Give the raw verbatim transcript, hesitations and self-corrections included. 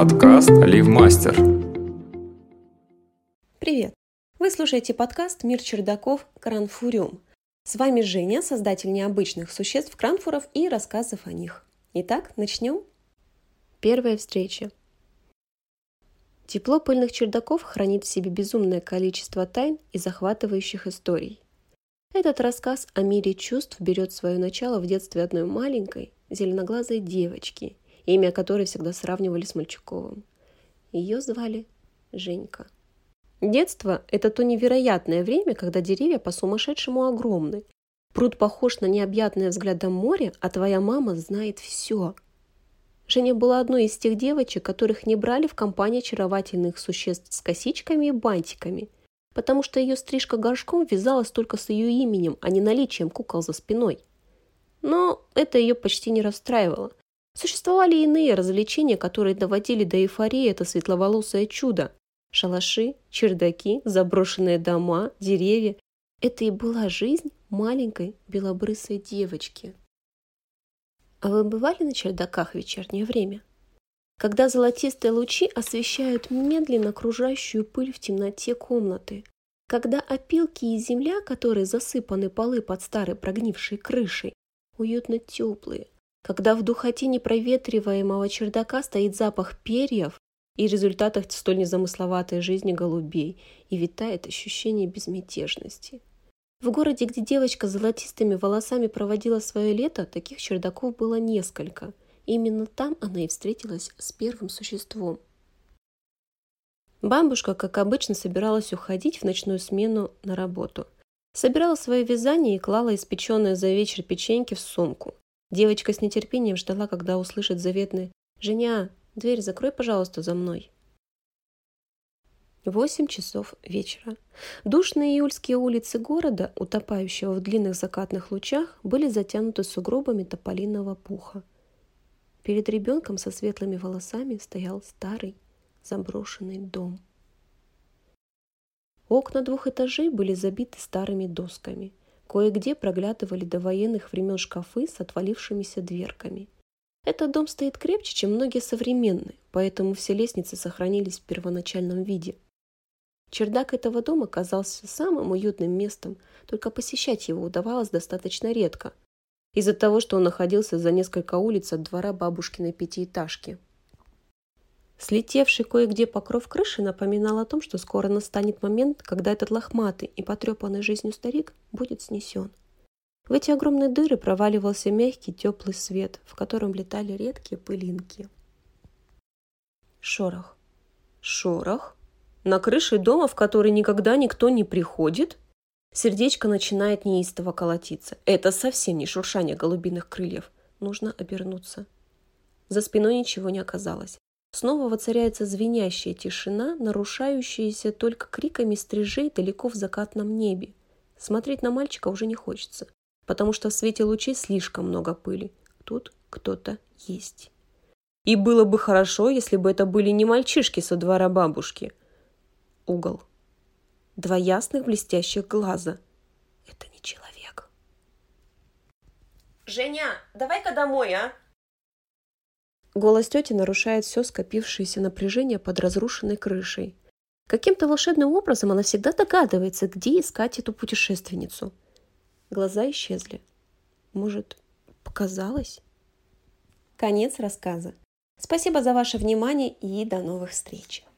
Подкаст «Ливмастер». Привет! Вы слушаете подкаст «Мир чердаков. Кранфуриум». С вами Женя, создатель необычных существ кранфуров и рассказов о них. Итак, начнем? Первая встреча. Тепло пыльных чердаков хранит в себе безумное количество тайн и захватывающих историй. Этот рассказ о мире чувств берет свое начало в детстве одной маленькой, зеленоглазой девочки, имя которой всегда сравнивали с Мальчуковым. Ее звали Женька. Детство – это то невероятное время, когда деревья по-сумасшедшему огромны. Пруд похож на необъятное взглядом море, а твоя мама знает все. Женя была одной из тех девочек, которых не брали в компанию очаровательных существ с косичками и бантиками, потому что ее стрижка горшком вязалась только с ее именем, а не наличием кукол за спиной. Но это ее почти не расстраивало. Существовали иные развлечения, которые доводили до эйфории это светловолосое чудо. Шалаши, чердаки, заброшенные дома, деревья. Это и была жизнь маленькой белобрысой девочки. А вы бывали на чердаках в вечернее время? Когда золотистые лучи освещают медленно окружающую пыль в темноте комнаты. Когда опилки и земля, которые засыпаны полы под старой прогнившей крышей, уютно теплые. Когда в духоте непроветриваемого чердака стоит запах перьев и результатах столь незамысловатой жизни голубей, и витает ощущение безмятежности. В городе, где девочка с золотистыми волосами проводила свое лето, таких чердаков было несколько. Именно там она и встретилась с первым существом. Бабушка, как обычно, собиралась уходить в ночную смену на работу. Собирала свое вязание и клала испеченные за вечер печеньки в сумку. Девочка с нетерпением ждала, когда услышит заветное «Женя, дверь закрой, пожалуйста, за мной». Восемь часов вечера. Душные июльские улицы города, утопающего в длинных закатных лучах, были затянуты сугробами тополиного пуха. Перед ребенком со светлыми волосами стоял старый заброшенный дом. Окна двух этажей были забиты старыми досками. Кое-где проглядывали до военных времен шкафы с отвалившимися дверками. Этот дом стоит крепче, чем многие современные, поэтому все лестницы сохранились в первоначальном виде. Чердак этого дома казался самым уютным местом, только посещать его удавалось достаточно редко, из-за того, что он находился за несколько улиц от двора бабушкиной пятиэтажки. Слетевший кое-где покров крыши напоминал о том, что скоро настанет момент, когда этот лохматый и потрепанный жизнью старик будет снесен. В эти огромные дыры проваливался мягкий теплый свет, в котором летали редкие пылинки. Шорох. Шорох? На крыше дома, в который никогда никто не приходит? Сердечко начинает неистово колотиться. Это совсем не шуршание голубиных крыльев. Нужно обернуться. За спиной ничего не оказалось. Снова воцаряется звенящая тишина, нарушающаяся только криками стрижей далеко в закатном небе. Смотреть на мальчика уже не хочется, потому что в свете лучей слишком много пыли. Тут кто-то есть. И было бы хорошо, если бы это были не мальчишки со двора бабушки. Угол. Два ясных блестящих глаза. Это не человек. «Женя, давай-ка домой, а?» Голос тети нарушает все скопившееся напряжение под разрушенной крышей. Каким-то волшебным образом она всегда догадывается, где искать эту путешественницу. Глаза исчезли. Может, показалось? Конец рассказа. Спасибо за ваше внимание и до новых встреч.